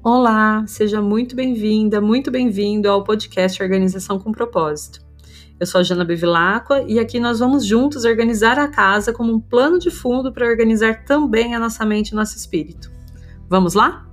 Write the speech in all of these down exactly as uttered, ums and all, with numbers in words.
Olá, seja muito bem-vinda, muito bem-vindo ao podcast Organização com Propósito. Eu sou a Jana Bevilacqua e aqui nós vamos juntos organizar a casa como um plano de fundo para organizar também a nossa mente e nosso espírito. Vamos lá?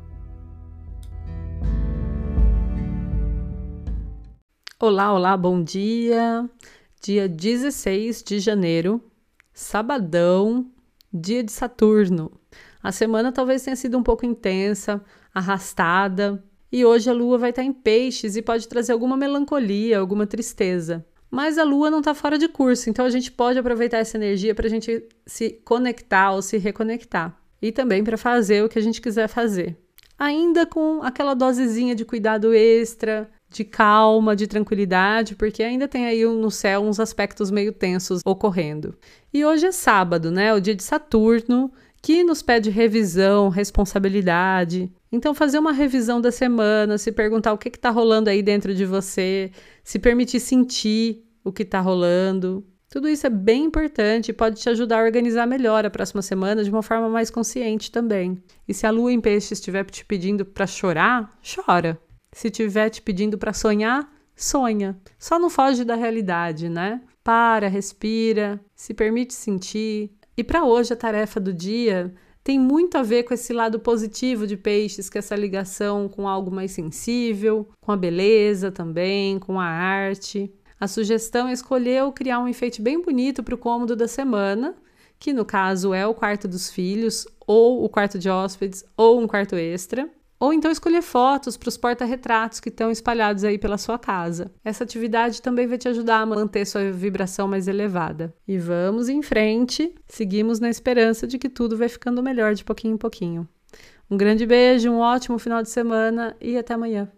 Olá, olá, bom dia! Dia dezesseis de janeiro, sabadão, dia de Saturno. A semana talvez tenha sido um pouco intensa, arrastada, e hoje a lua vai estar em peixes e pode trazer alguma melancolia, alguma tristeza. Mas a lua não está fora de curso, então a gente pode aproveitar essa energia para a gente se conectar ou se reconectar. E também para fazer o que a gente quiser fazer. Ainda com aquela dosezinha de cuidado extra, de calma, de tranquilidade, porque ainda tem aí no céu uns aspectos meio tensos ocorrendo. E hoje é sábado, né? O dia de Saturno, que nos pede revisão, responsabilidade. Então, fazer uma revisão da semana, se perguntar o que está rolando aí dentro de você, se permitir sentir o que está rolando. Tudo isso é bem importante e pode te ajudar a organizar melhor a próxima semana de uma forma mais consciente também. E se a lua em peixe estiver te pedindo para chorar, chora. Se estiver te pedindo para sonhar, sonha. Só não foge da realidade, né? Para, respira, se permite sentir. E para hoje a tarefa do dia tem muito a ver com esse lado positivo de peixes, que é essa ligação com algo mais sensível, com a beleza também, com a arte. A sugestão é escolher ou criar um enfeite bem bonito para o cômodo da semana, que no caso é o quarto dos filhos, ou o quarto de hóspedes, ou um quarto extra. Ou então escolher fotos para os porta-retratos que estão espalhados aí pela sua casa. Essa atividade também vai te ajudar a manter sua vibração mais elevada. E vamos em frente, seguimos na esperança de que tudo vai ficando melhor de pouquinho em pouquinho. Um grande beijo, um ótimo final de semana e até amanhã.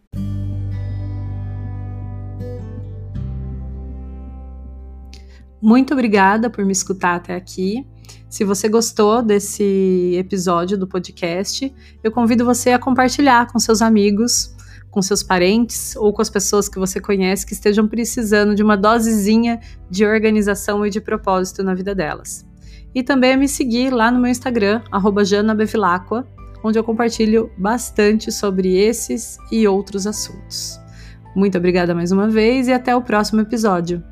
Muito obrigada por me escutar até aqui. Se você gostou desse episódio do podcast, eu convido você a compartilhar com seus amigos, com seus parentes ou com as pessoas que você conhece que estejam precisando de uma dosezinha de organização e de propósito na vida delas. E também a me seguir lá no meu Instagram, arroba Jana Bevilacqua, onde eu compartilho bastante sobre esses e outros assuntos. Muito obrigada mais uma vez e até o próximo episódio.